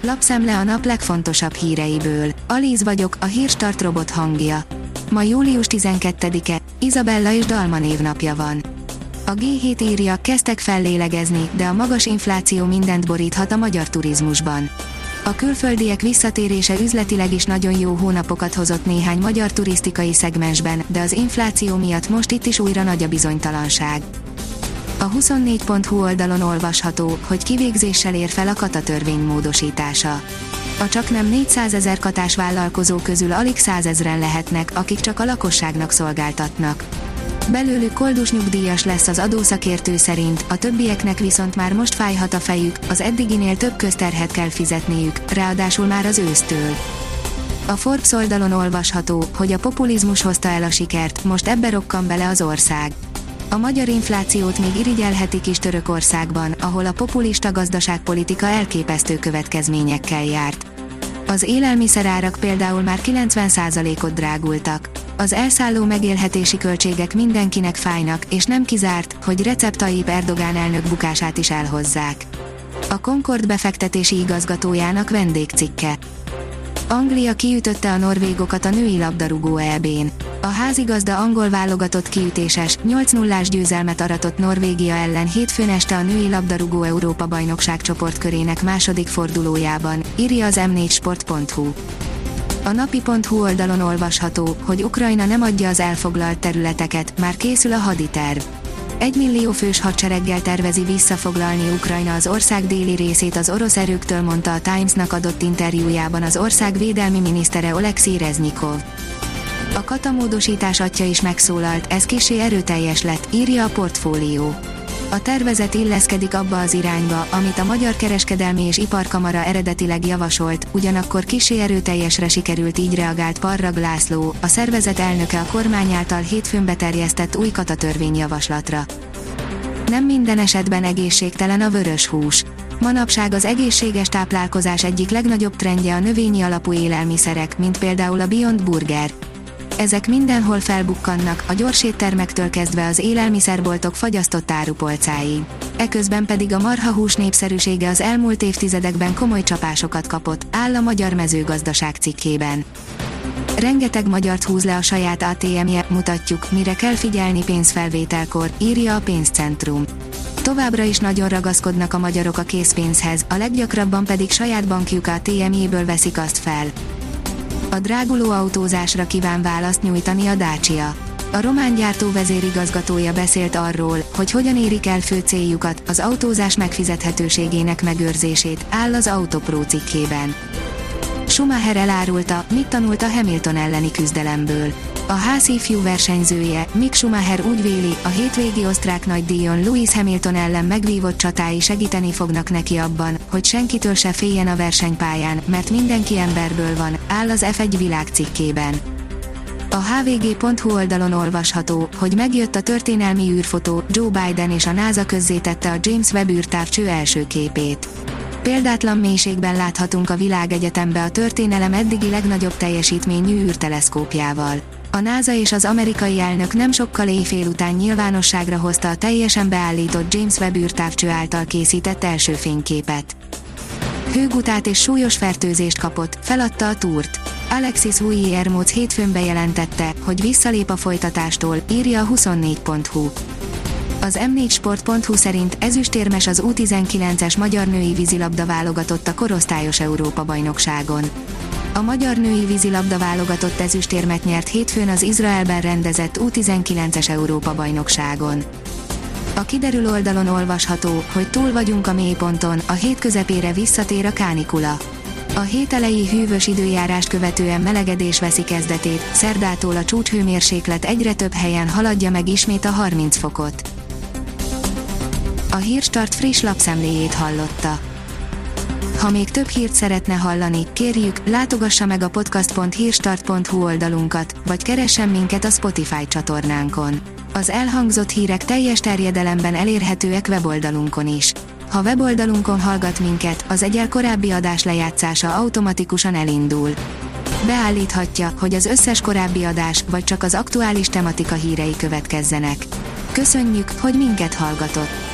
Lapszemle a nap legfontosabb híreiből. Alíz vagyok, a Hírstart robot hangja. Ma július 12-e, Izabella és Dalma névnapja van. A G7 írja, kezdtek fellélegezni, de a magas infláció mindent boríthat a magyar turizmusban. A külföldiek visszatérése üzletileg is nagyon jó hónapokat hozott néhány magyar turisztikai szegmensben, de az infláció miatt most itt is újra nagy a bizonytalanság. A 24.hu oldalon olvasható, hogy kivégzéssel ér fel a katatörvény módosítása. A csaknem 400 000 katás vállalkozó közül alig 100 000-en lehetnek, akik csak a lakosságnak szolgáltatnak. Belőlük koldus nyugdíjas lesz az adószakértő szerint, a többieknek viszont már most fájhat a fejük, az eddiginél több közterhet kell fizetniük, ráadásul már az ősztől. A Forbes oldalon olvasható, hogy a populizmus hozta el a sikert, most ebbe rokkan bele az ország. A magyar inflációt még irigyelhetik is Törökországban, ahol a populista gazdaságpolitika elképesztő következményekkel járt. Az élelmiszerárak például már 90%-ot drágultak. Az elszálló megélhetési költségek mindenkinek fájnak, és nem kizárt, hogy Recep Tayyip Erdogán elnök bukását is elhozzák. A Concord befektetési igazgatójának vendégcikke. Anglia kiütötte a norvégokat a női labdarúgó EB-n. A házigazda angol válogatott kiütéses, 8-0-ás győzelmet aratott Norvégia ellen hétfőn este a női labdarúgó Európa-bajnokság csoportkörének második fordulójában, írja az m4sport.hu. A napi.hu oldalon olvasható, hogy Ukrajna nem adja az elfoglalt területeket, már készül a haditerv. 1 millió fős hadsereggel tervezi visszafoglalni Ukrajna az ország déli részét az orosz erőktől, mondta a Times-nak adott interjújában az ország védelmi minisztere Oleksij Reznikov. A katamódosítás atya is megszólalt, ez kissé erőteljes lett, írja a Portfólió. A tervezet illeszkedik abba az irányba, amit a Magyar Kereskedelmi és Iparkamara eredetileg javasolt, ugyanakkor kissé erőteljesre sikerült, így reagált Parrag László, a szervezet elnöke a kormány által hétfőn beterjesztett új katatörvényjavaslatra. Nem minden esetben egészségtelen a vörös hús. Manapság az egészséges táplálkozás egyik legnagyobb trendje a növényi alapú élelmiszerek, mint például a Beyond Burger. Ezek mindenhol felbukkannak, a gyorséttermektől kezdve az élelmiszerboltok fagyasztott árupolcáig. Eközben pedig a marhahús népszerűsége az elmúlt évtizedekben komoly csapásokat kapott, áll a Magyar Mezőgazdaság cikkében. Rengeteg magyart húz le a saját ATM-je, mutatjuk, mire kell figyelni pénzfelvételkor, írja a Pénzcentrum. Továbbra is nagyon ragaszkodnak a magyarok a készpénzhez, a leggyakrabban pedig saját bankjuk ATM-jéből veszik azt fel. A dráguló autózásra kíván választ nyújtani a Dacia. A román gyártó vezérigazgatója beszélt arról, hogy hogyan érik el fő céljukat, az autózás megfizethetőségének megőrzését, áll az Autopro cikkében. Schumacher elárulta, mit tanult a Hamilton elleni küzdelemből. A ház ifjú versenyzője, Mick Schumacher úgy véli, a hétvégi osztrák nagydíjon Lewis Hamilton ellen megvívott csatái segíteni fognak neki abban, hogy senkitől se féljen a versenypályán, mert mindenki emberből van, áll az F1 világ cikkében. A hvg.hu oldalon olvasható, hogy megjött a történelmi űrfotó, Joe Biden és a NASA közzétette a James Webb űrtávcső első képét. Példátlan mélységben láthatunk a világegyetembe a történelem eddigi legnagyobb teljesítményű űrteleszkópjával. A NASA és az amerikai elnök nem sokkal éjfél után nyilvánosságra hozta a teljesen beállított James Webb űrtávcső által készített első fényképet. Hőgutát és súlyos fertőzést kapott, feladta a túrt. Alexis Vuillermoz hétfőn bejelentette, hogy visszalép a folytatástól, írja a 24.hu. Az m4sport.hu szerint ezüstérmes az U19-es magyar női vízilabda válogatott a korosztályos Európa-bajnokságon. A magyar női vízilabda válogatott ezüstérmet nyert hétfőn az Izraelben rendezett U19-es Európa-bajnokságon. A kiderül oldalon olvasható, hogy túl vagyunk a mélyponton, a hét közepére visszatér a kánikula. A hét elejé hűvös időjárást követően melegedés veszi kezdetét, szerdától a csúcshőmérséklet egyre több helyen haladja meg ismét a 30 fokot. A Hírstart friss lapszemléjét hallotta. Ha még több hírt szeretne hallani, kérjük, látogassa meg a podcast.hírstart.hu oldalunkat, vagy keressen minket a Spotify csatornánkon. Az elhangzott hírek teljes terjedelemben elérhetőek weboldalunkon is. Ha weboldalunkon hallgat minket, az egyel korábbi adás lejátszása automatikusan elindul. Beállíthatja, hogy az összes korábbi adás, vagy csak az aktuális tematika hírei következzenek. Köszönjük, hogy minket hallgatott!